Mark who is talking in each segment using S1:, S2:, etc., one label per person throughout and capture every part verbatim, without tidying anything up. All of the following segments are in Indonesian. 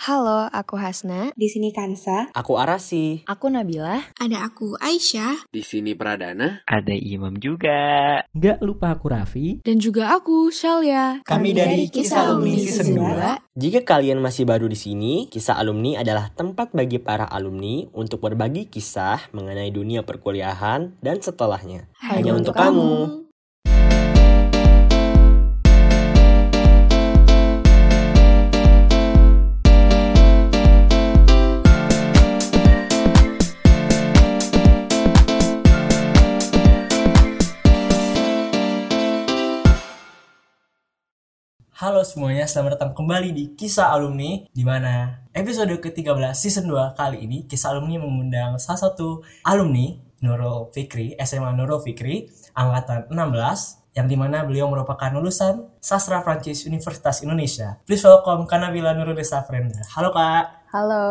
S1: Halo, aku Hasna.
S2: Di sini Kansa.
S3: Aku Arasi.
S1: Aku Nabila.
S4: Ada aku Aisyah.
S5: Di sini Pradana.
S6: Ada Imam juga.
S7: Nggak lupa aku Raffi.
S1: Dan juga aku Shalya.
S3: Kami, Kami dari Kisah Alumni Season dua. Jika kalian masih baru di sini, Kisah Alumni adalah tempat bagi para alumni untuk berbagi kisah mengenai dunia perkuliahan dan setelahnya.
S1: Hanya,
S3: Hanya untuk kamu. kamu.
S8: Halo semuanya, selamat datang kembali di Kisah Alumni, di mana episode ketiga belas season dua kali ini Kisah Alumni mengundang salah satu alumni Nurul Fikri, S M A Nurul Fikri, angkatan enam belas, yang dimana beliau merupakan lulusan Sastra Prancis Universitas Indonesia. Please welcome Kak Nabila Nurulisa Frenda. Halo Kak.
S9: Halo.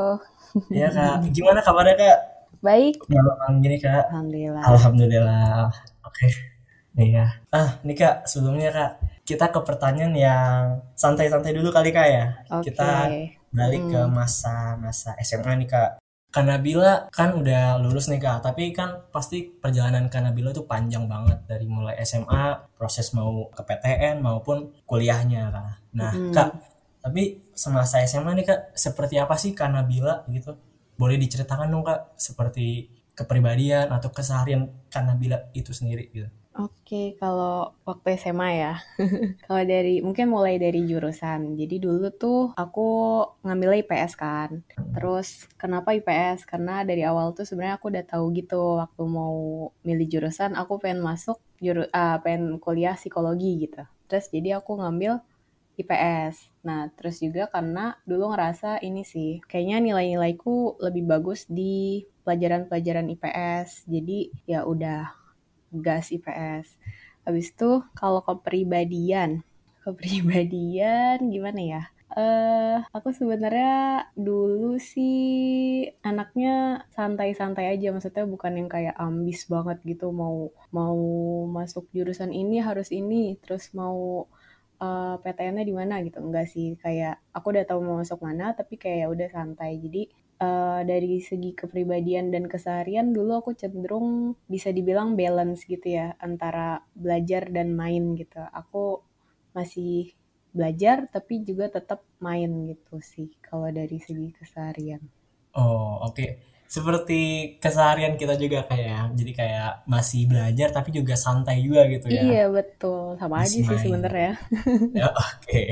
S8: Iya Kak, gimana kabarnya Kak?
S9: Baik.
S8: Malam gini Kak.
S9: Alhamdulillah.
S8: Alhamdulillah. Oke. Iya. Ah, ini Kak, sebelumnya Kak, kita ke pertanyaan yang santai-santai dulu kali Kak ya.
S9: Okay.
S8: Kita balik hmm. ke masa-masa S M A nih Kak. Kak Nabila kan udah lulus nih Kak, tapi kan pasti perjalanan Kak Nabila tuh panjang banget dari mulai S M A, proses mau ke P T N maupun kuliahnya Kak. Nah hmm. Kak, tapi semasa S M A nih Kak, seperti apa sih Kak Nabila gitu? Boleh diceritakan dong Kak, seperti kepribadian atau keseharian Kak Nabila itu sendiri gitu.
S9: Oke, kalau waktu S M A ya, kalau dari mungkin mulai dari jurusan. Jadi dulu tuh aku ngambil I P S kan. Terus kenapa I P S? Karena dari awal tuh sebenarnya aku udah tahu gitu waktu mau milih jurusan, aku pengen masuk juru, uh, pengen kuliah psikologi gitu. Terus jadi aku ngambil I P S. Nah, terus juga karena dulu ngerasa ini sih, kayaknya nilai-nilaiku lebih bagus di pelajaran-pelajaran I P S. Jadi ya udah gas I P S. Habis itu kalau kepribadian, kepribadian gimana ya? Eh, uh, aku sebenarnya dulu sih anaknya santai-santai aja, maksudnya bukan yang kayak ambis banget gitu, mau mau masuk jurusan ini harus ini, terus mau uh, P T N-nya di mana gitu. Enggak sih, kayak aku udah tahu mau masuk mana, tapi kayak udah santai. Jadi Uh, dari segi kepribadian dan keseharian dulu aku cenderung bisa dibilang balance gitu ya antara belajar dan main gitu. Aku masih belajar tapi juga tetap main gitu sih kalau dari segi keseharian.
S8: Oh oke, okay. Seperti keseharian kita juga kayak jadi kayak masih belajar tapi juga santai juga gitu ya.
S9: Iya betul, sama masih aja main. Sih sebenarnya.
S8: Ya oke. Okay.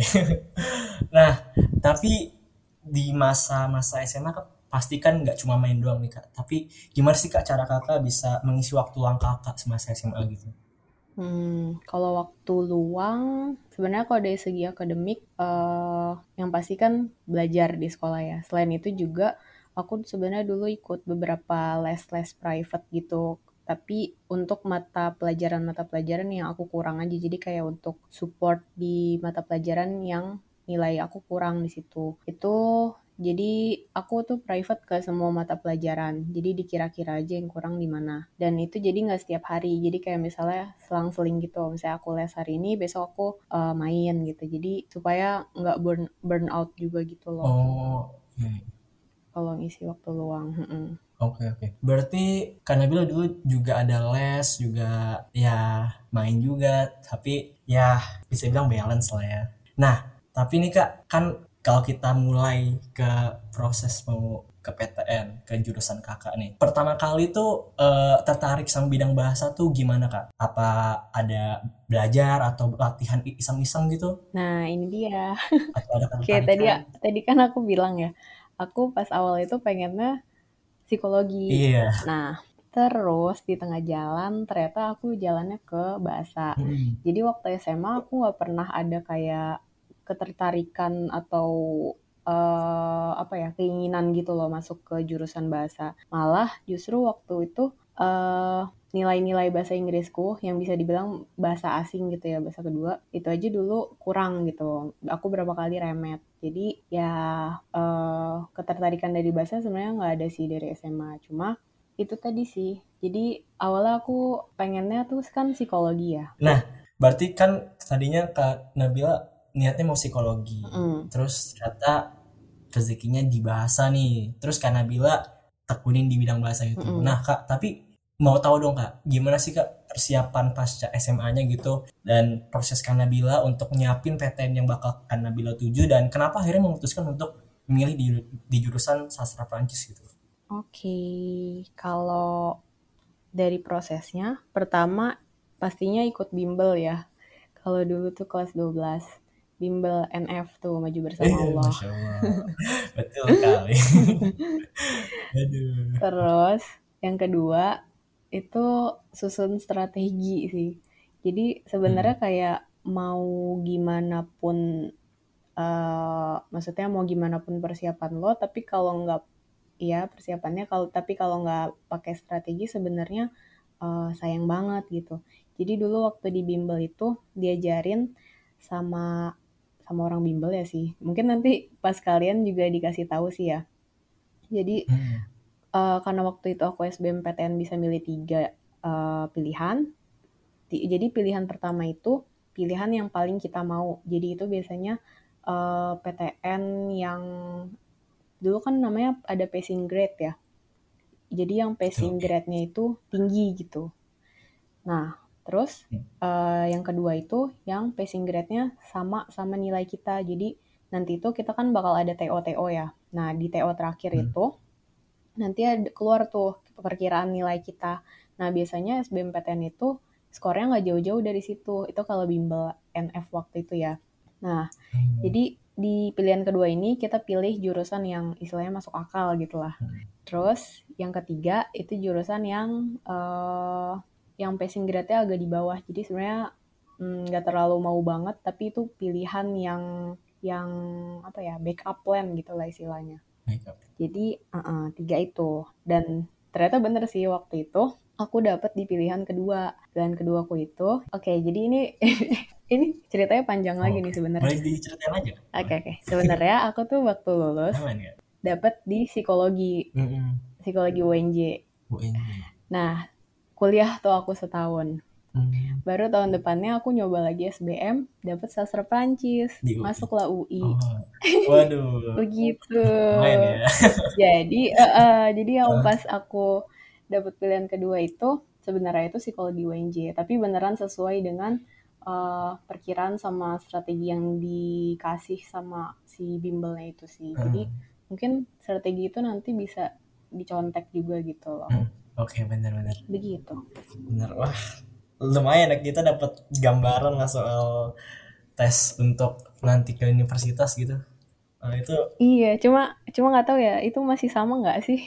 S8: Nah tapi di masa-masa S M A kan pasti kan nggak cuma main doang nih Kak, tapi gimana sih Kak cara Kakak bisa mengisi waktu luang Kakak semasa S M A gitu?
S9: Hmm, kalau waktu luang sebenarnya kalau dari segi akademik uh, yang pasti kan belajar di sekolah ya. Selain itu juga aku sebenarnya dulu ikut beberapa les-les private gitu. Tapi untuk mata pelajaran-mata pelajaran yang aku kurang aja, jadi kayak untuk support di mata pelajaran yang nilai aku kurang di situ. Itu jadi aku tuh private ke semua mata pelajaran. Jadi dikira-kira aja yang kurang di mana. Dan itu jadi nggak setiap hari. Jadi kayak misalnya selang-seling gitu. Misalnya aku les hari ini, besok aku uh, main gitu. Jadi supaya nggak burn burn out juga gitu loh.
S8: Oh. Okay.
S9: Kalau ngisi waktu luang.
S8: Oke okay, oke. Okay. Berarti Kak Nabila dulu juga ada les, juga ya main juga. Tapi ya bisa bilang balance lah ya. Nah tapi nih Kak, kan kalau kita mulai ke proses mau ke P T N, ke jurusan Kakak nih. Pertama kali tuh uh, tertarik sama bidang bahasa tuh gimana Kak? Apa ada belajar atau latihan iseng-iseng gitu?
S9: Nah ini dia.
S8: Oke
S9: tadi tadi kan aku bilang ya, aku pas awal itu pengennya psikologi.
S8: Iya.
S9: Nah terus di tengah jalan ternyata aku jalannya ke bahasa. Hmm. Jadi waktu S M A aku nggak pernah ada kayak ketertarikan atau uh, apa ya keinginan gitu loh masuk ke jurusan bahasa. Malah justru waktu itu uh, nilai-nilai bahasa Inggrisku yang bisa dibilang bahasa asing gitu ya, bahasa kedua, itu aja dulu kurang gitu. Aku berapa kali remet. Jadi ya uh, ketertarikan dari bahasa sebenarnya nggak ada sih dari S M A. Cuma itu tadi sih. Jadi awalnya aku pengennya tuh kan psikologi ya.
S8: Nah berarti kan tadinya Kak Nabila niatnya mau psikologi, mm. terus ternyata rezekinya di bahasa nih. Terus Kak Nabila tekunin di bidang bahasa itu.
S9: Mm-mm.
S8: Nah Kak, tapi mau tahu dong Kak, gimana sih Kak persiapan pasca S M A-nya gitu dan proses Kak Nabila untuk nyiapin P T N yang bakal Kak Nabila tuju dan kenapa akhirnya memutuskan untuk memilih di, di jurusan sastra Prancis gitu.
S9: Oke, kalau dari prosesnya, pertama pastinya ikut bimbel ya. Kalau dulu tuh kelas dua belas, bimbel N F tuh, Maju Bersama
S8: Eh,
S9: Allah.
S8: Masya Allah. Betul kali. Aduh.
S9: Terus yang kedua itu susun strategi sih. Jadi sebenarnya kayak mau gimana pun, eh, maksudnya mau gimana pun persiapan lo, tapi kalau nggak, ya persiapannya kalau tapi kalau nggak pakai strategi sebenarnya eh, sayang banget gitu. Jadi dulu waktu di bimbel itu diajarin sama sama orang bimbel ya sih. Mungkin nanti pas kalian juga dikasih tahu sih ya. Jadi
S8: Hmm.
S9: eh, karena waktu itu aku S B M P T N bisa milih tiga eh, pilihan. Ti- Jadi pilihan pertama itu pilihan yang paling kita mau. Jadi itu biasanya eh, P T N yang dulu kan namanya ada passing grade ya. Jadi yang passing
S8: Betul.
S9: grade-nya itu tinggi gitu. Nah, terus
S8: Hmm.
S9: eh, yang kedua itu yang passing grade-nya sama sama nilai kita. Jadi nanti itu kita kan bakal ada T O T O ya. Nah, di T O terakhir
S8: Hmm.
S9: itu nanti ada keluar tuh perkiraan nilai kita. Nah, biasanya S B M P T N itu skornya nggak jauh-jauh dari situ. Itu kalau bimbel N F waktu itu ya. Nah,
S8: Hmm.
S9: jadi di pilihan kedua ini kita pilih jurusan yang istilahnya masuk akal gitu lah.
S8: Hmm.
S9: Terus yang ketiga itu jurusan yang eh, yang passing grade-nya agak di bawah. Jadi sebenarnya mm, nggak terlalu mau banget, tapi itu pilihan yang yang apa ya, backup plan gitu lah istilahnya.
S8: Baik, Kak.
S9: Jadi uh-uh, tiga itu. Dan ternyata bener sih waktu itu aku dapet di pilihan kedua. Pilihan kedua aku itu, oke jadi ini ini ceritanya panjang lagi nih
S8: Oke.
S9: sebenarnya.
S8: Boleh diceritain aja?
S9: Oke oke. Sebenarnya aku tuh waktu lulus
S8: Aman ya?
S9: dapet di psikologi,
S8: Mm-mm.
S9: psikologi U N J.
S8: U N J.
S9: Nah, kuliah tuh aku setahun.
S8: Hmm.
S9: Baru tahun depannya aku nyoba lagi S B M, dapet sastra Prancis,
S8: Di U I.
S9: masuklah U I.
S8: Oh. Waduh.
S9: Begitu.
S8: Lumayan ya.
S9: Jadi, eh, eh, jadi yang pas aku dapet pilihan kedua itu sebenarnya itu psikologi U N J, tapi beneran sesuai dengan eh, perkiraan sama strategi yang dikasih sama si bimbelnya itu sih. Jadi
S8: Hmm.
S9: mungkin strategi itu nanti bisa dicontek juga gitu loh.
S8: Hmm. Oke, benar-benar.
S9: Begitu.
S8: Benar. Wah, lumayan ya kita dapat gambaran lah soal tes untuk nanti ke universitas gitu. Nah, itu
S9: Iya, cuma cuma nggak tahu ya itu masih sama nggak sih?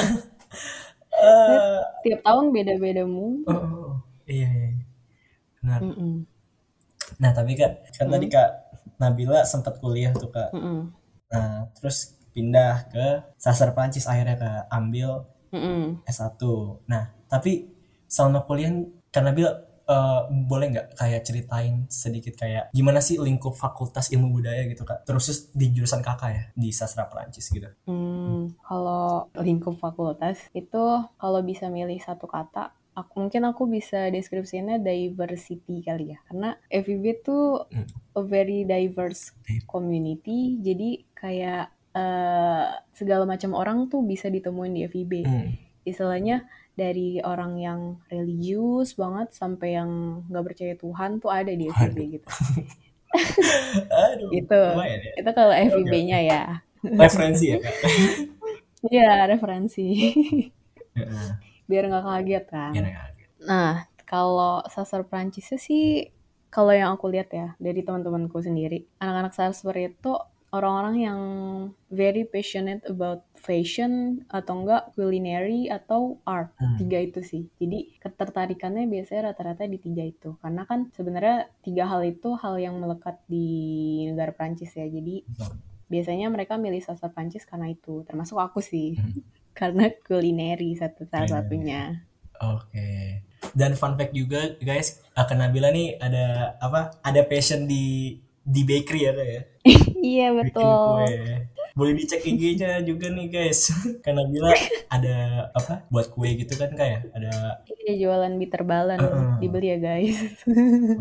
S8: eh
S9: Tiap tahun beda-beda mulu.
S8: oh, oh, oh. Iya, iya. Benar.
S9: Mm-mm.
S8: Nah, tapi Kak, kan tadi Kak Nabila sempat kuliah tuh Kak.
S9: Mm-mm.
S8: Nah, terus pindah ke sastra Prancis akhirnya Kak ambil
S9: Mm-mm.
S8: S satu. Nah, tapi selama kuliah Kak Nabila eh, boleh nggak kayak ceritain sedikit kayak gimana sih lingkup fakultas ilmu budaya gitu Kak? Terus di jurusan Kakak ya di sastra Prancis gitu.
S9: Hmm, kalau lingkup fakultas itu kalau bisa milih satu kata, aku mungkin aku bisa deskripsinya diversity kali ya. Karena F I B tuh
S8: Hmm.
S9: a very diverse community, jadi kayak eh, segala macam orang tuh bisa ditemuin di F I B.
S8: Hmm.
S9: Istilahnya dari orang yang religius banget sampai yang nggak percaya Tuhan tuh ada di F I B gitu.
S8: Aduh,
S9: Gitu.
S8: lumayan ya.
S9: Itu kalau F I B-nya ya.
S8: Referensi ya Kak?
S9: Iya, referensi.
S8: Heeh.
S9: Biar nggak kaget kan.
S8: Biar nggak kaget.
S9: Nah, kalau sastra Prancisnya sih, kalau yang aku lihat ya dari teman-temanku sendiri, anak-anak sastra itu orang-orang yang very passionate about fashion atau enggak culinary atau art.
S8: Hmm.
S9: Tiga itu sih. Jadi ketertarikannya biasanya rata-rata di tiga itu. Karena kan sebenarnya tiga hal itu hal yang melekat di negara Prancis ya. Jadi
S8: Betul.
S9: biasanya mereka milih sastra Prancis karena itu. Termasuk aku sih.
S8: Hmm.
S9: Karena culinary satu salah
S8: Culinary.
S9: satunya.
S8: Oke. Dan fun fact juga guys, Kak Nabila nih ada apa? Ada passion di di bakery ya Kak ya?
S9: Iya
S8: Bikin
S9: betul.
S8: kue. Boleh dicek I G-nya juga nih guys. Kak Nabila ada apa? Buat kue gitu kan Kak ya? Ada
S9: Iya jualan bitter balon.
S8: Uh-uh.
S9: Dibeli ya guys.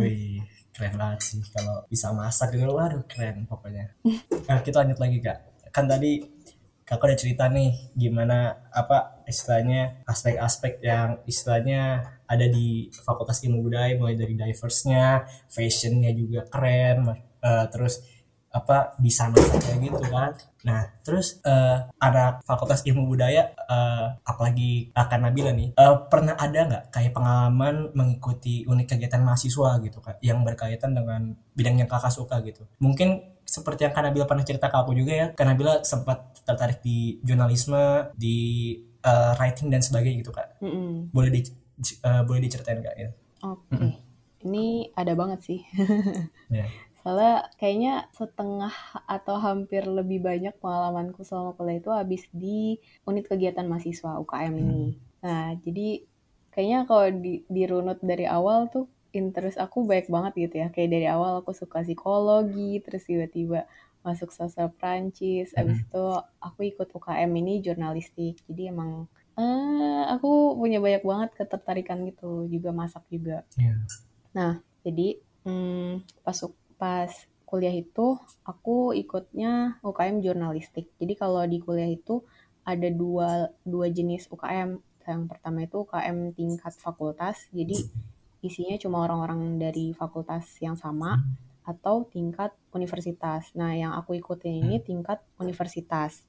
S8: wih, keren banget sih kalau bisa masak gitu. Waduh, keren pokoknya. Nah, kita lanjut lagi Kak. kan tadi kakak udah cerita nih gimana apa istilahnya aspek-aspek yang istilahnya ada di Fakultas Ilmu Budaya, mulai dari diverse-nya, fashionnya juga keren, uh, terus apa bisa kayak gitu kan. Nah terus uh, ada Fakultas Ilmu Budaya, uh, apalagi Kak Nabila nih, uh, pernah ada nggak kayak pengalaman mengikuti unit kegiatan mahasiswa gitu kan yang berkaitan dengan bidang yang kakak suka gitu? Mungkin seperti yang Kak Nabila pernah cerita ke aku juga ya, Kak Nabila sempat tertarik di jurnalisme, di uh, writing dan sebagainya gitu Kak.
S9: Mm-mm.
S8: Boleh di uh, boleh diceritain Kak ya?
S9: Oke, okay. Ini ada banget sih.
S8: Yeah.
S9: Soalnya kayaknya setengah atau hampir lebih banyak pengalamanku selama kuliah itu habis di unit kegiatan mahasiswa U K M ini. Hmm. Nah, jadi kayaknya kalau di, dirunut dari awal tuh interest aku baik banget gitu ya. Kayak dari awal aku suka psikologi, terus tiba-tiba masuk sastra Prancis. Abis hmm. itu aku ikut U K M ini jurnalistik. Jadi emang eh, aku punya banyak banget ketertarikan gitu. Juga masak juga. Yeah. Nah, jadi hmm, pas pas kuliah itu aku ikutnya U K M jurnalistik. Jadi kalau di kuliah itu ada dua dua jenis U K M. Yang pertama itu U K M tingkat fakultas. Jadi isinya cuma orang-orang dari fakultas yang sama atau tingkat universitas. Nah, yang aku ikutin ini tingkat universitas.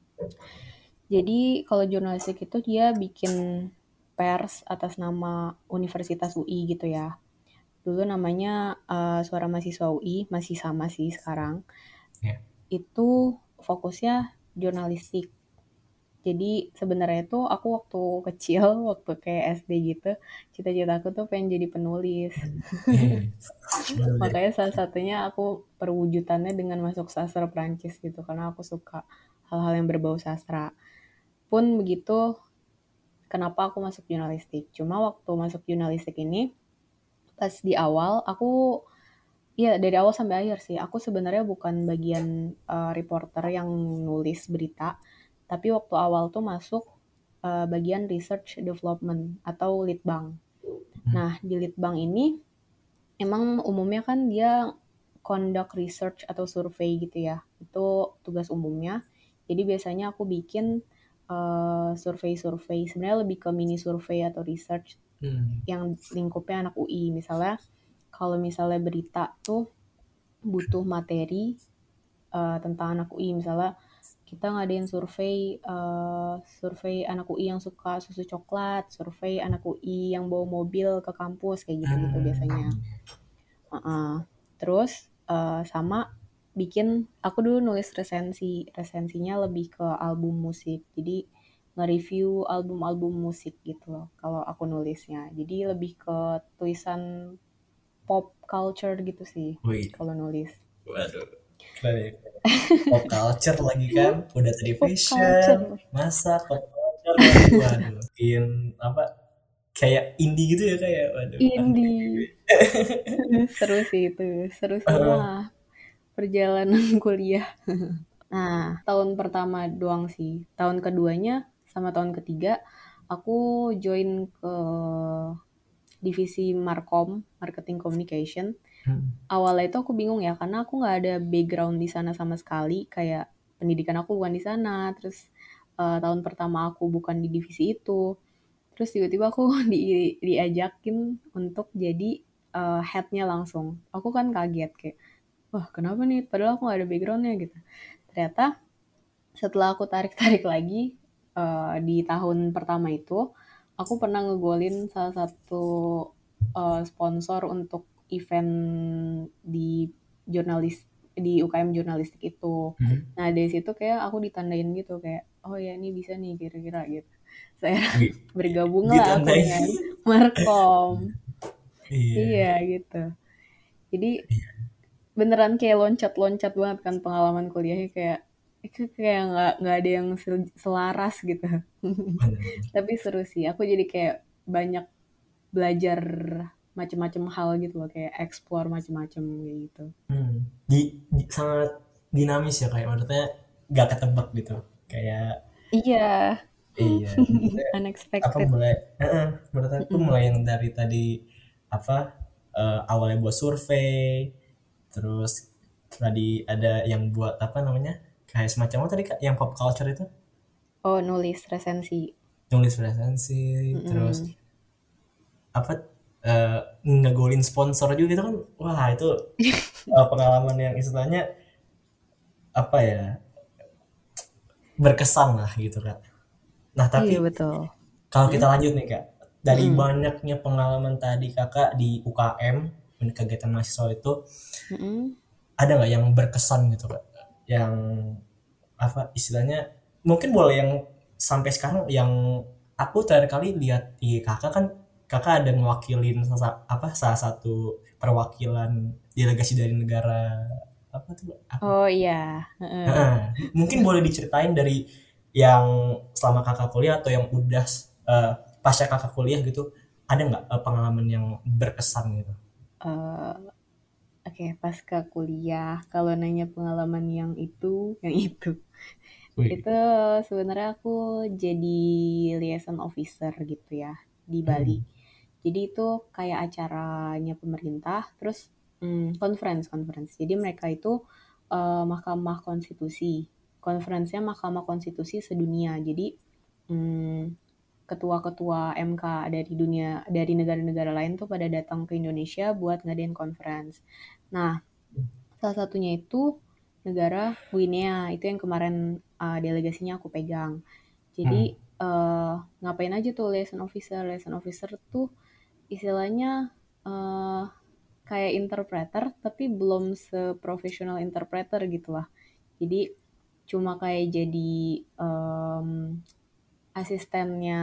S9: Jadi kalau jurnalistik itu dia bikin pers atas nama Universitas U I gitu ya. Dulu namanya uh, Suara Mahasiswa U I, masih sama sih sekarang. Yeah. Itu fokusnya jurnalistik. Jadi sebenarnya tuh aku waktu kecil, waktu kayak S D gitu, cita-cita aku tuh pengen jadi penulis. Makanya salah satunya aku perwujudannya dengan masuk sastra Prancis gitu, karena aku suka hal-hal yang berbau sastra. Pun begitu, kenapa aku masuk jurnalistik? Cuma waktu masuk jurnalistik ini, pas di awal aku ya dari awal sampai akhir sih aku sebenarnya bukan bagian uh, reporter yang nulis berita, tapi waktu awal tuh masuk uh, bagian research development atau litbang. Nah di litbang ini emang umumnya kan dia conduct research atau survei gitu ya, itu tugas umumnya. Jadi biasanya aku bikin uh, survei-survei, sebenarnya lebih ke mini survei atau research Hmm. yang lingkupnya anak U I. Misalnya kalau misalnya berita tuh butuh materi uh, tentang anak U I, misalnya kita ngadain survei uh, survei anak U I yang suka susu coklat, survei anak U I yang bawa mobil ke kampus, kayak gitu-gitu hmm. biasanya. Uh-uh. Terus uh, sama bikin, aku dulu nulis resensi, resensinya lebih ke album musik, jadi nge-review album-album musik gitu loh kalau aku nulisnya. Jadi lebih ke tulisan pop culture gitu sih kalau nulis.
S8: Waduh. Pop culture lagi kan, udah tadi fashion, masak, pop culture. Waduh. Bikin apa? Kayak indie gitu ya kayak. Waduh.
S9: Indie. Seru sih itu, seru semua uh. perjalanan kuliah. Nah, tahun pertama doang sih. Tahun keduanya sama tahun ketiga aku join ke divisi Markom, Marketing Communication. Hmm. Awalnya itu aku bingung ya, karena aku nggak ada background di sana sama sekali, kayak pendidikan aku bukan di sana. Terus uh, tahun pertama aku bukan di divisi itu. Terus tiba-tiba aku di, diajakin untuk jadi uh, headnya langsung. Aku kan kaget kayak, wah kenapa nih? Padahal aku nggak ada backgroundnya gitu. Ternyata setelah aku tarik-tarik lagi, Uh, di tahun pertama itu aku pernah ngegolin salah satu uh, sponsor untuk event di jurnalis di U K M jurnalistik itu. Hmm. Nah dari situ kayak aku ditandain gitu kayak, oh ya ini bisa nih kira-kira gitu. Saya bergabung lah aku dengan Markom. Iya gitu. Jadi beneran kayak loncat-loncat banget kan pengalaman kuliahnya, kayak itu kayak nggak nggak ada yang selaras gitu. Tapi seru sih, aku jadi kayak banyak belajar macam-macam hal gitu loh, kayak explore macam-macam gitu.
S8: Hmm. Di, di sangat dinamis ya, kayak maksudnya nggak ketebak gitu, kayak
S9: iya
S8: iya
S9: unexpected.
S8: Apa mulai uh, menurut aku mm-hmm. mulai yang dari tadi apa uh, awalnya buat survei, terus tadi ada yang buat apa namanya kayak semacam apa tadi Kak yang pop culture itu?
S9: Oh, nulis resensi.
S8: Nulis resensi, terus
S9: Mm-mm.
S8: apa eh, ngegolin sponsor juga itu kan, wah itu eh, pengalaman yang istilahnya apa ya, berkesan lah gitu Kak. Nah
S9: Iya,
S8: tapi
S9: betul.
S8: kalau kita
S9: Hmm?
S8: lanjut nih Kak, dari
S9: Mm-mm.
S8: banyaknya pengalaman tadi Kakak di U K M, unit kegiatan mahasiswa itu,
S9: Mm-mm.
S8: ada nggak yang berkesan gitu Kak? Yang apa istilahnya, mungkin boleh yang sampai sekarang yang aku terakhir kali lihat di kakak kan, kakak ada mewakilin salah, apa salah satu perwakilan delegasi dari negara apa tuh apa?
S9: Oh iya. Heeh.
S8: Nah, mungkin boleh diceritain dari yang selama kakak kuliah atau yang udah eh, pasca kakak kuliah gitu, ada nggak eh, pengalaman yang berkesan gitu?
S9: Eh, Oke, pas ke kuliah, kalau nanya pengalaman yang itu, yang itu,
S8: Wih.
S9: itu sebenarnya aku jadi liaison officer gitu ya di Bali.
S8: Hmm.
S9: Jadi itu kayak acaranya pemerintah, terus hmm, conference conference. Jadi mereka itu eh, Mahkamah Konstitusi, conference-nya Mahkamah Konstitusi sedunia. Jadi hmm, ketua-ketua M K dari dunia dari negara-negara lain tuh pada datang ke Indonesia buat ngadain conference. Nah, salah satunya itu negara Guinea, itu yang kemarin uh, delegasinya aku pegang. Jadi
S8: Hmm.
S9: uh, ngapain aja tuh liaison officer? Liaison officer tuh istilahnya uh, kayak interpreter, tapi belum seprofesional interpreter gitu lah. Jadi cuma kayak jadi um, asistennya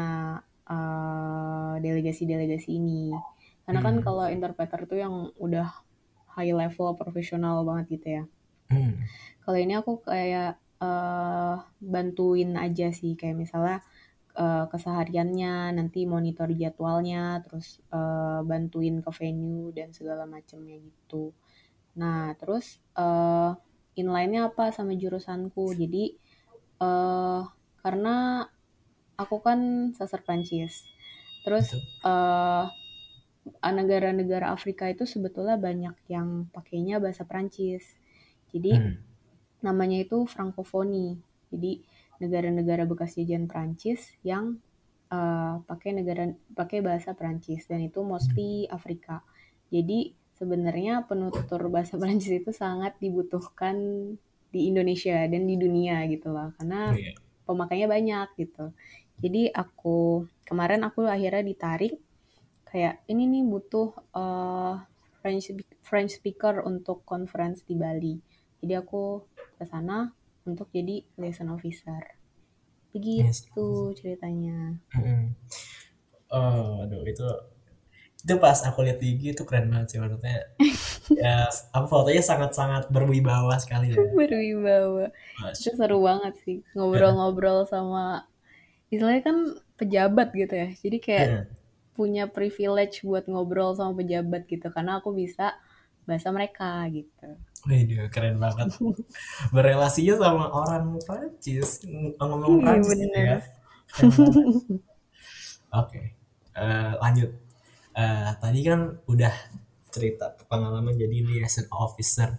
S9: uh, delegasi-delegasi ini. Karena kan
S8: Hmm.
S9: kalau interpreter tuh yang udah high level profesional banget gitu ya.
S8: Hmm.
S9: Kalau ini aku kayak uh, bantuin aja sih, kayak misalnya uh, kesehariannya, nanti monitor jadwalnya, terus uh, bantuin ke venue dan segala macamnya gitu. Nah, terus uh, inline-nya apa sama jurusanku? Jadi uh, karena aku kan sastra Prancis. Terus
S8: Betul.
S9: uh, negara-negara Afrika itu sebetulnya banyak yang pakainya bahasa Prancis. Jadi
S8: Hmm.
S9: namanya itu Frankofoni. Jadi negara-negara bekas jajahan Prancis yang uh, pakai negara pakai bahasa Prancis dan itu mostly Afrika. Jadi sebenarnya penutur bahasa Prancis itu sangat dibutuhkan di Indonesia dan di dunia gitu loh, karena
S8: Oh, iya.
S9: pemakainya banyak gitu. Jadi aku kemarin aku akhirnya ditarik kayak ini nih butuh uh, French French speaker untuk conference di Bali. Jadi aku ke sana untuk jadi liaison officer.
S8: Yes.
S9: Begitu ceritanya.
S8: Hmm. Oh, aduh itu itu pas aku lihat di I G itu keren banget sih maksudnya. Ya, apa fotonya sangat-sangat berwibawa sekali ya.
S9: Berwibawa. Itu
S8: Mas.
S9: seru banget sih ngobrol-ngobrol sama istilahnya kan pejabat gitu ya. Jadi kayak punya privilege buat ngobrol sama pejabat gitu karena aku bisa bahasa mereka gitu.
S8: Waduh, keren banget. Berelasinya sama orang Prancis, ngomong
S9: Iya
S8: Prancis gitu
S9: bener.
S8: ya. Keren banget. Oke, eh, lanjut. Eh, tadi kan udah cerita pengalaman jadi liaison officer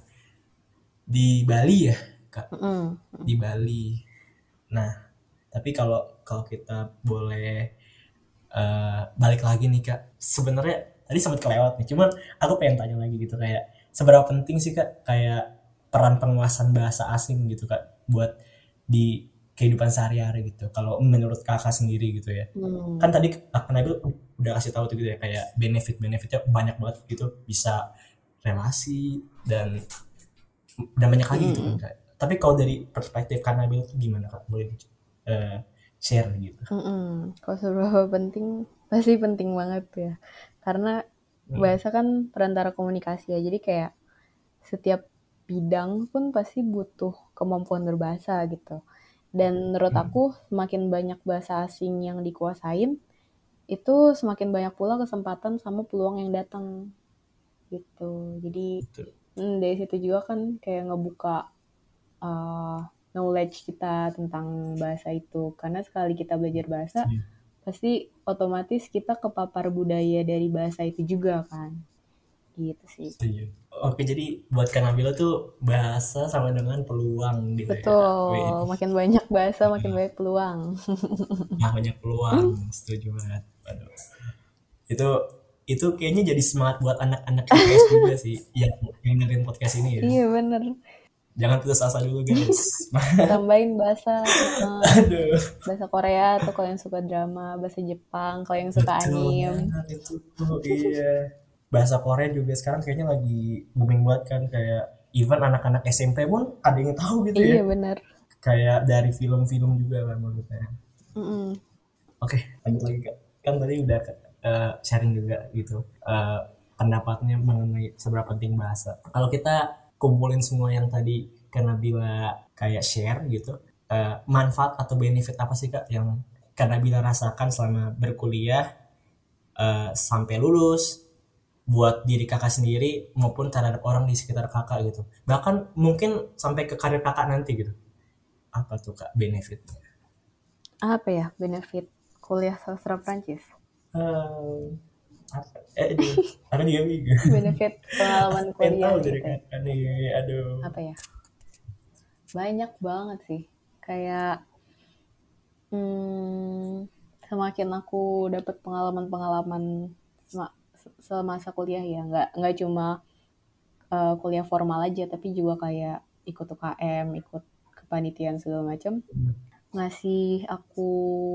S8: di Bali ya, Kak.
S9: Mm-mm.
S8: Di Bali. Nah, tapi kalau kalau kita boleh eh, balik lagi nih Kak, sebenarnya tadi sempat kelewat nih, cuman aku pengen tanya lagi gitu kayak seberapa penting sih Kak kayak peran penguasaan bahasa asing gitu Kak buat di kehidupan sehari-hari gitu. Kalau menurut Kakak sendiri gitu ya.
S9: Hmm.
S8: Kan tadi Kak Nabil udah kasih tahu tuh gitu ya kayak benefit-benefitnya banyak banget gitu, bisa relasi dan dan banyak lagi gitu kan
S9: Mm-mm.
S8: Kak. Tapi kalau dari perspektif Kak Nabil itu gimana Kak? Boleh eh, share gitu.
S9: Mm-mm. Kalau seberapa penting, pasti penting banget ya. Karena
S8: Hmm.
S9: bahasa kan perantara komunikasi ya. Jadi kayak setiap bidang pun pasti butuh kemampuan berbahasa gitu. Dan menurut
S8: Hmm.
S9: aku semakin banyak bahasa asing yang dikuasain, itu semakin banyak pula kesempatan sama peluang yang datang gitu. Jadi
S8: Betul.
S9: hmm, dari situ juga kan kayak ngebuka uh, knowledge kita tentang bahasa itu. Karena sekali kita belajar bahasa,
S8: Iya.
S9: pasti otomatis kita kepapar budaya dari bahasa itu juga kan. Gitu sih.
S8: Setuju. Oke, jadi buat Kak Nabila tuh bahasa sama dengan peluang gitu ya. Wih,
S9: Betul, makin banyak bahasa makin banyak peluang.
S8: nah banyak peluang, setuju banget. Waduh. Itu itu kayaknya jadi semangat buat anak-anak I P S juga sih yang yang dengerin podcast ini ya.
S9: Iya bener,
S8: Jangan putus asa dulu guys.
S9: tambahin bahasa eh,
S8: Aduh,
S9: bahasa Korea atau kalau yang suka drama, bahasa Jepang kalau yang suka
S8: betul
S9: anime.
S8: banget itu tuh, iya. Bahasa Korea juga sekarang kayaknya lagi booming banget kan, kayak even anak-anak S M P pun ada yang tahu gitu ya.
S9: Iya bener.
S8: Kayak dari film-film juga kan maksudnya.
S9: Mm-mm.
S8: Oke, lanjut lagi Kak. Kan tadi udah eh, sharing juga gitu eh, pendapatnya mengenai seberapa penting bahasa. Kalau kita kumpulin semua yang tadi karena bila kayak share gitu, eh, manfaat atau benefit apa sih Kak yang karena bila rasakan selama berkuliah eh, sampai lulus buat diri kakak sendiri maupun terhadap orang di sekitar kakak gitu. Bahkan mungkin sampai ke karir kakak nanti gitu. Apa tuh Kak benefitnya?
S9: Apa ya benefit kuliah sastra Prancis?
S8: Eh, apa? Eh, aduh, aku juga bingung.
S9: Benefit pengalaman
S8: Pengen
S9: kuliah
S8: tahu
S9: gitu
S8: dari
S9: ya.
S8: kakak nih, aduh.
S9: Apa ya? Banyak banget sih. Kayak hmm, semakin aku dapat pengalaman-pengalaman sema- semasa kuliah ya, nggak nggak cuma eh, kuliah formal aja, tapi juga kayak ikut U K M, ikut kepanitiaan segala macam, ngasih aku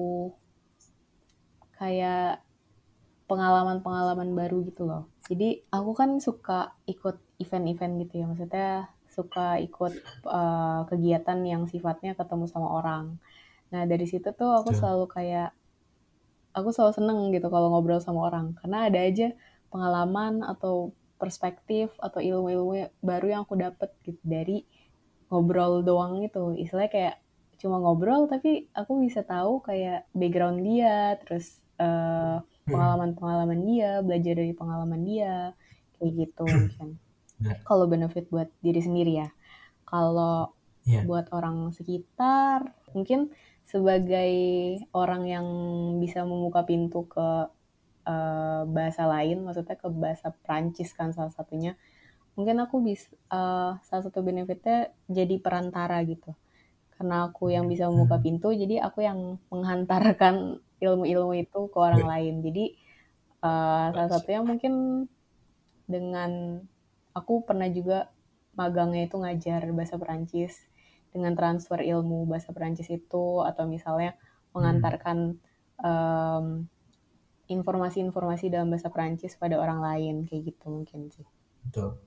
S9: kayak pengalaman-pengalaman baru gitu loh. Jadi aku kan suka ikut event-event gitu ya, maksudnya suka ikut uh, kegiatan yang sifatnya ketemu sama orang. Nah dari situ tuh aku
S8: Betul.
S9: selalu kayak, aku selalu seneng gitu kalau ngobrol sama orang. Karena ada aja pengalaman atau perspektif atau ilmu-ilmu baru yang aku dapet gitu dari ngobrol doang gitu. Istilahnya kayak cuma ngobrol tapi aku bisa tahu kayak background dia, terus uh, pengalaman-pengalaman dia, belajar dari pengalaman dia, kayak gitu mungkin.
S8: Benar.
S9: Kalau benefit buat diri sendiri ya. Kalau
S8: Iya.
S9: buat orang sekitar, mungkin sebagai orang yang bisa membuka pintu ke uh, bahasa lain, maksudnya ke bahasa Prancis kan salah satunya. Mungkin aku bisa, uh, salah satu benefitnya jadi perantara gitu. Karena aku yang bisa membuka pintu, jadi aku yang menghantarkan ilmu-ilmu itu ke orang lain. Jadi uh, salah satunya mungkin dengan aku pernah juga magangnya itu ngajar bahasa Perancis dengan transfer ilmu bahasa Perancis itu, atau misalnya mengantarkan um, informasi-informasi dalam bahasa Perancis pada orang lain, kayak gitu mungkin sih.
S8: Betul.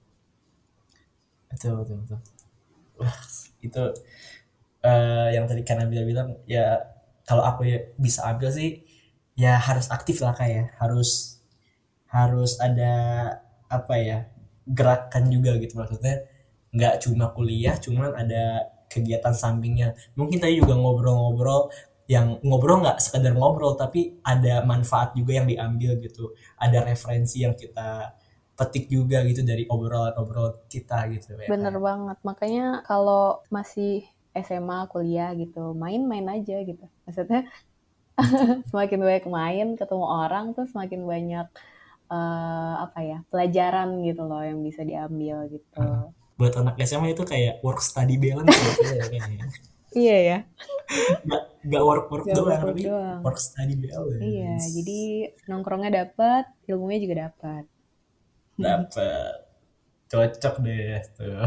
S8: Betul, betul, betul. Wah, itu uh, yang tadi Kana bilang ya, kalau aku ya bisa ambil sih ya harus aktif lah kayak harus harus ada apa ya, gerakan juga gitu, maksudnya nggak cuma kuliah cuman ada kegiatan sampingnya. Mungkin tadi juga ngobrol-ngobrol, yang ngobrol nggak sekedar ngobrol tapi ada manfaat juga yang diambil gitu, ada referensi yang kita petik juga gitu dari obrolan-obrolan kita gitu ya.
S9: Bener banget, makanya kalau masih S M A kuliah gitu main-main aja gitu, maksudnya semakin banyak main ketemu orang tuh semakin banyak uh, apa ya pelajaran gitu loh yang bisa diambil gitu.
S8: Hmm. Buat anak S M A itu kayak work study balance gitu ya kayaknya.
S9: Iya ya.
S8: Gak, gak work work
S9: Gak
S8: doang
S9: work
S8: tapi
S9: doang.
S8: work study balance.
S9: Iya, jadi nongkrongnya dapat, ilmunya juga dapat.
S8: Dapat. Cocok deh tuh.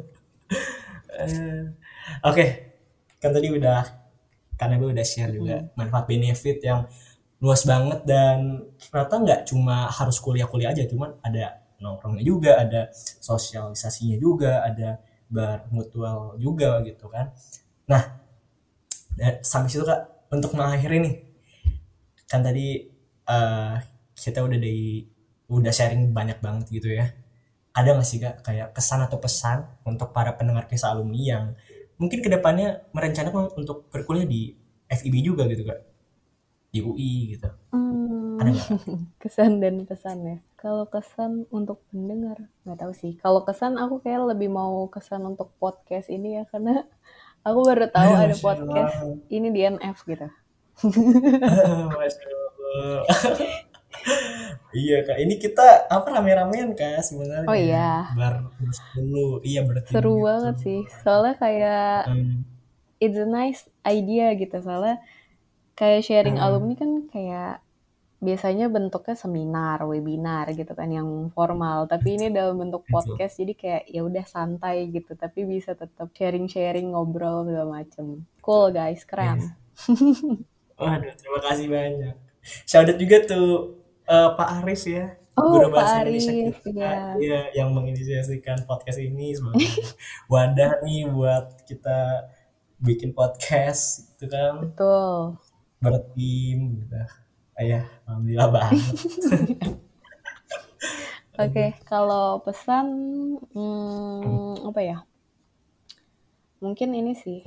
S8: Oke, okay. Kan tadi udah karena gue udah share juga hmm. manfaat benefit yang luas banget, dan ternyata nggak cuma harus kuliah-kuliah aja, cuman ada nongkrongnya juga, ada sosialisasinya juga, ada bermutual juga gitu kan. Nah, sampai situ Kak, untuk mengakhiri nih, kan tadi uh, kita udah dari udah sharing banyak banget gitu ya. Ada nggak sih Kak kayak kesan atau pesan untuk para pendengar kisah alumni yang mungkin kedepannya merencanakan untuk berkuliah di F I B juga gitu Kak, di U I gitu?
S9: Hmm,
S8: ada nggak?
S9: Kesan dan pesan ya. Kalau kesan untuk pendengar nggak tahu sih. Kalau kesan aku kayak lebih mau kesan untuk podcast ini ya, karena aku baru tahu
S8: Ayo,
S9: ada podcast Allah. Ini di N F gitu.
S8: Masya Allah. Iya kak, ini kita apa rame-ramean kak sebenarnya.
S9: Oh iya,
S8: Bar dulu, iya berarti
S9: seru
S8: gitu.
S9: banget sih. Soalnya kayak
S8: Hmm,
S9: it's a nice idea gitu. Soalnya kayak sharing
S8: hmm,
S9: alumni kan kayak biasanya bentuknya seminar, webinar gitu kan yang formal. Tapi ini dalam bentuk
S8: betul.
S9: podcast, jadi kayak ya udah santai gitu. Tapi bisa tetap sharing-sharing, ngobrol segala macem. Cool guys,
S8: Yes.
S9: keren.
S8: Waduh, terima kasih banyak. Shout out juga tuh eh, Pak Aris ya,
S9: Oh,
S8: guru
S9: Pak
S8: bahasa Indonesia
S9: Arif,
S8: kita,
S9: ya.
S8: iya, yang menginisiasikan podcast ini sebagai wadah nih buat kita bikin podcast itu kan
S9: Betul.
S8: bertim gitu. Ayah, alhamdulillah banget.
S9: Oke, kalau pesan, hmm, apa ya? Mungkin ini sih.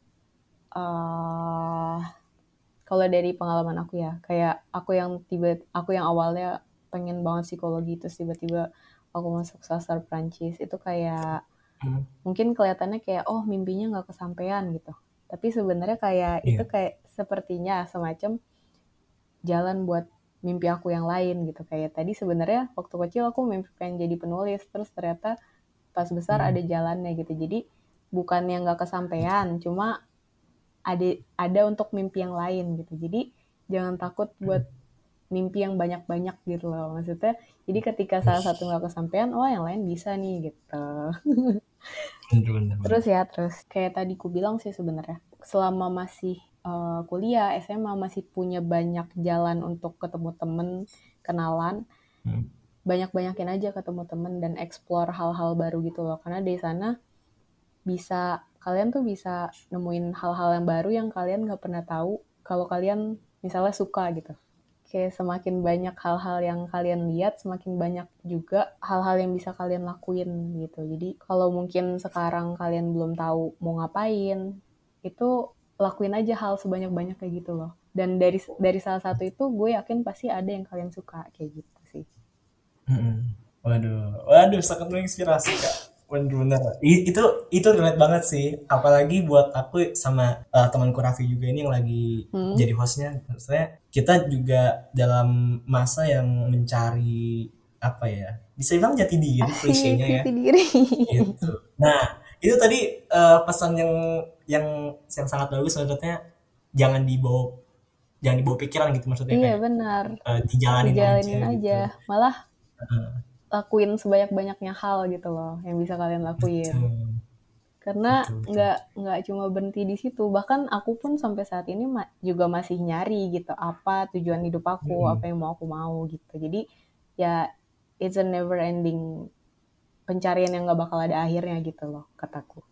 S9: eh kalau dari pengalaman aku ya, kayak aku yang tiba, aku yang awalnya pengen banget psikologi, terus tiba-tiba aku masuk sastra Prancis, itu kayak
S8: Hmm,
S9: mungkin kelihatannya kayak oh mimpinya nggak kesampaian gitu. Tapi sebenarnya kayak itu
S8: iya.
S9: kayak sepertinya semacam jalan buat mimpi aku yang lain gitu. Kayak tadi sebenarnya waktu kecil aku mimpi pengen jadi penulis, terus ternyata pas besar
S8: Hmm,
S9: ada jalannya gitu. Jadi bukan yang nggak kesampaian, cuma ada ada untuk mimpi yang lain gitu. Jadi jangan takut buat mimpi yang banyak-banyak gitu loh. Maksudnya, jadi ketika salah satu nggak kesampaian, oh yang lain bisa nih gitu.
S8: bener, bener, bener.
S9: Terus ya, terus kayak tadi ku bilang sih sebenarnya, selama masih eh, kuliah, S M A masih punya banyak jalan untuk ketemu temen, kenalan,
S8: Hmm,
S9: banyak-banyakin aja ketemu temen dan explore hal-hal baru gitu loh. Karena di sana bisa, kalian tuh bisa nemuin hal-hal yang baru yang kalian nggak pernah tahu kalau kalian misalnya suka gitu. Kayak semakin banyak hal-hal yang kalian lihat, semakin banyak juga hal-hal yang bisa kalian lakuin gitu. Jadi kalau mungkin sekarang kalian belum tahu mau ngapain, itu lakuin aja hal sebanyak-banyak kayak gitu loh. Dan dari dari salah satu itu gue yakin pasti ada yang kalian suka kayak gitu sih.
S8: hmm. Waduh, waduh, sangat menginspirasi kak. Bener-bener. I- itu itu relate banget sih. Apalagi buat aku sama eh, temanku Raffi juga ini yang lagi
S9: Hmm.
S8: jadi hostnya. Maksudnya kita juga dalam masa yang mencari apa ya? Bisa bilang jati diri,
S9: Asik,
S8: klisenya ya.
S9: jati diri.
S8: Gitu. Nah, itu tadi eh, pesan yang yang yang sangat bagus maksudnya jangan dibawa jangan dibawa pikiran gitu maksudnya
S9: Iya
S8: kayak
S9: benar,
S8: eh, dijalanin aja
S9: dijalanin
S8: gitu.
S9: aja. Malah
S8: Heeh,
S9: lakuin sebanyak-banyaknya hal gitu loh yang bisa kalian lakuin.
S8: betul,
S9: Karena
S8: betul, betul.
S9: nggak nggak cuma berhenti di situ, bahkan aku pun sampai saat ini ma- juga masih nyari gitu apa tujuan hidup aku,
S8: Mm-mm.
S9: apa yang mau aku mau gitu. Jadi ya it's a never ending pencarian yang nggak bakal ada akhirnya gitu loh kataku.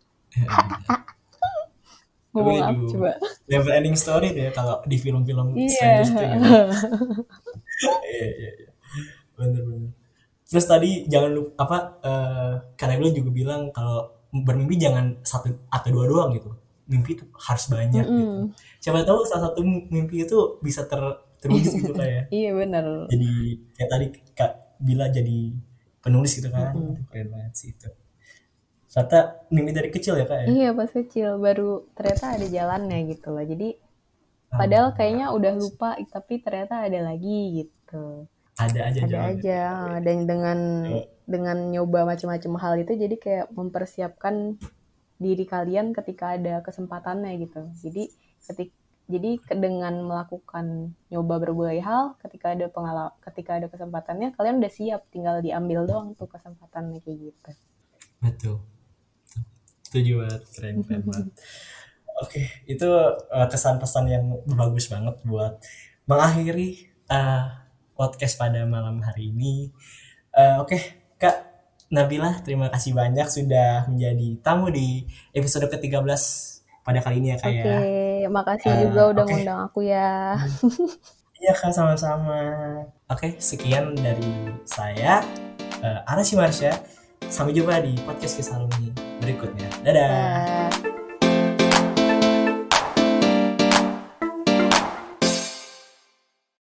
S9: Ngomong apa
S8: Waduh,
S9: coba?
S8: never ending story tuh ya kalau di film-film
S9: Iya.
S8: Stranger Things ya. Iya, iya, iya. Bener-bener. Terus tadi jangan lupa apa eh karena gue juga bilang kalau bermimpi jangan satu atau dua doang gitu. Mimpi itu harus banyak gitu.
S9: Mm-mm.
S8: Siapa tahu salah satu mimpi itu bisa ter terwujud gitu kayak.
S9: Iya bener.
S8: Jadi kayak tadi Kak Bila jadi penulis gitu kan.
S9: Mm-mm.
S8: Itu keren banget sih itu. Ternyata mimpi dari kecil ya Kak ya.
S9: Iya pas kecil baru ternyata ada jalannya gitu loh. Jadi padahal kayaknya udah lupa tapi ternyata ada lagi gitu.
S8: Ada aja
S9: Ada
S8: jalan.
S9: aja dan dengan
S8: Ya.
S9: dengan nyoba macam-macam hal itu jadi kayak mempersiapkan diri kalian ketika ada kesempatannya gitu. Jadi ketik jadi ke- dengan melakukan nyoba berbagai hal ketika ada pengalaman ketika ada kesempatannya kalian udah siap tinggal diambil doang tuh kesempatannya kayak gitu.
S8: Betul. Setuju banget, keren, keren banget. Oke, itu uh, kesan-pesan yang bagus banget buat mengakhiri uh, podcast pada malam hari ini. Uh, Oke, Kak Nabila, terima kasih banyak sudah menjadi tamu di episode ke tiga belas pada kali ini ya Kak
S9: Oke,
S8: ya.
S9: makasih
S8: Uh,
S9: juga udah
S8: Oke,
S9: ngundang aku ya.
S8: iya Kak sama-sama. Oke, sekian dari saya, uh, Aras Marsha. Sampai jumpa di podcast Kisah Alumni berikutnya. Dadah.
S9: Bye.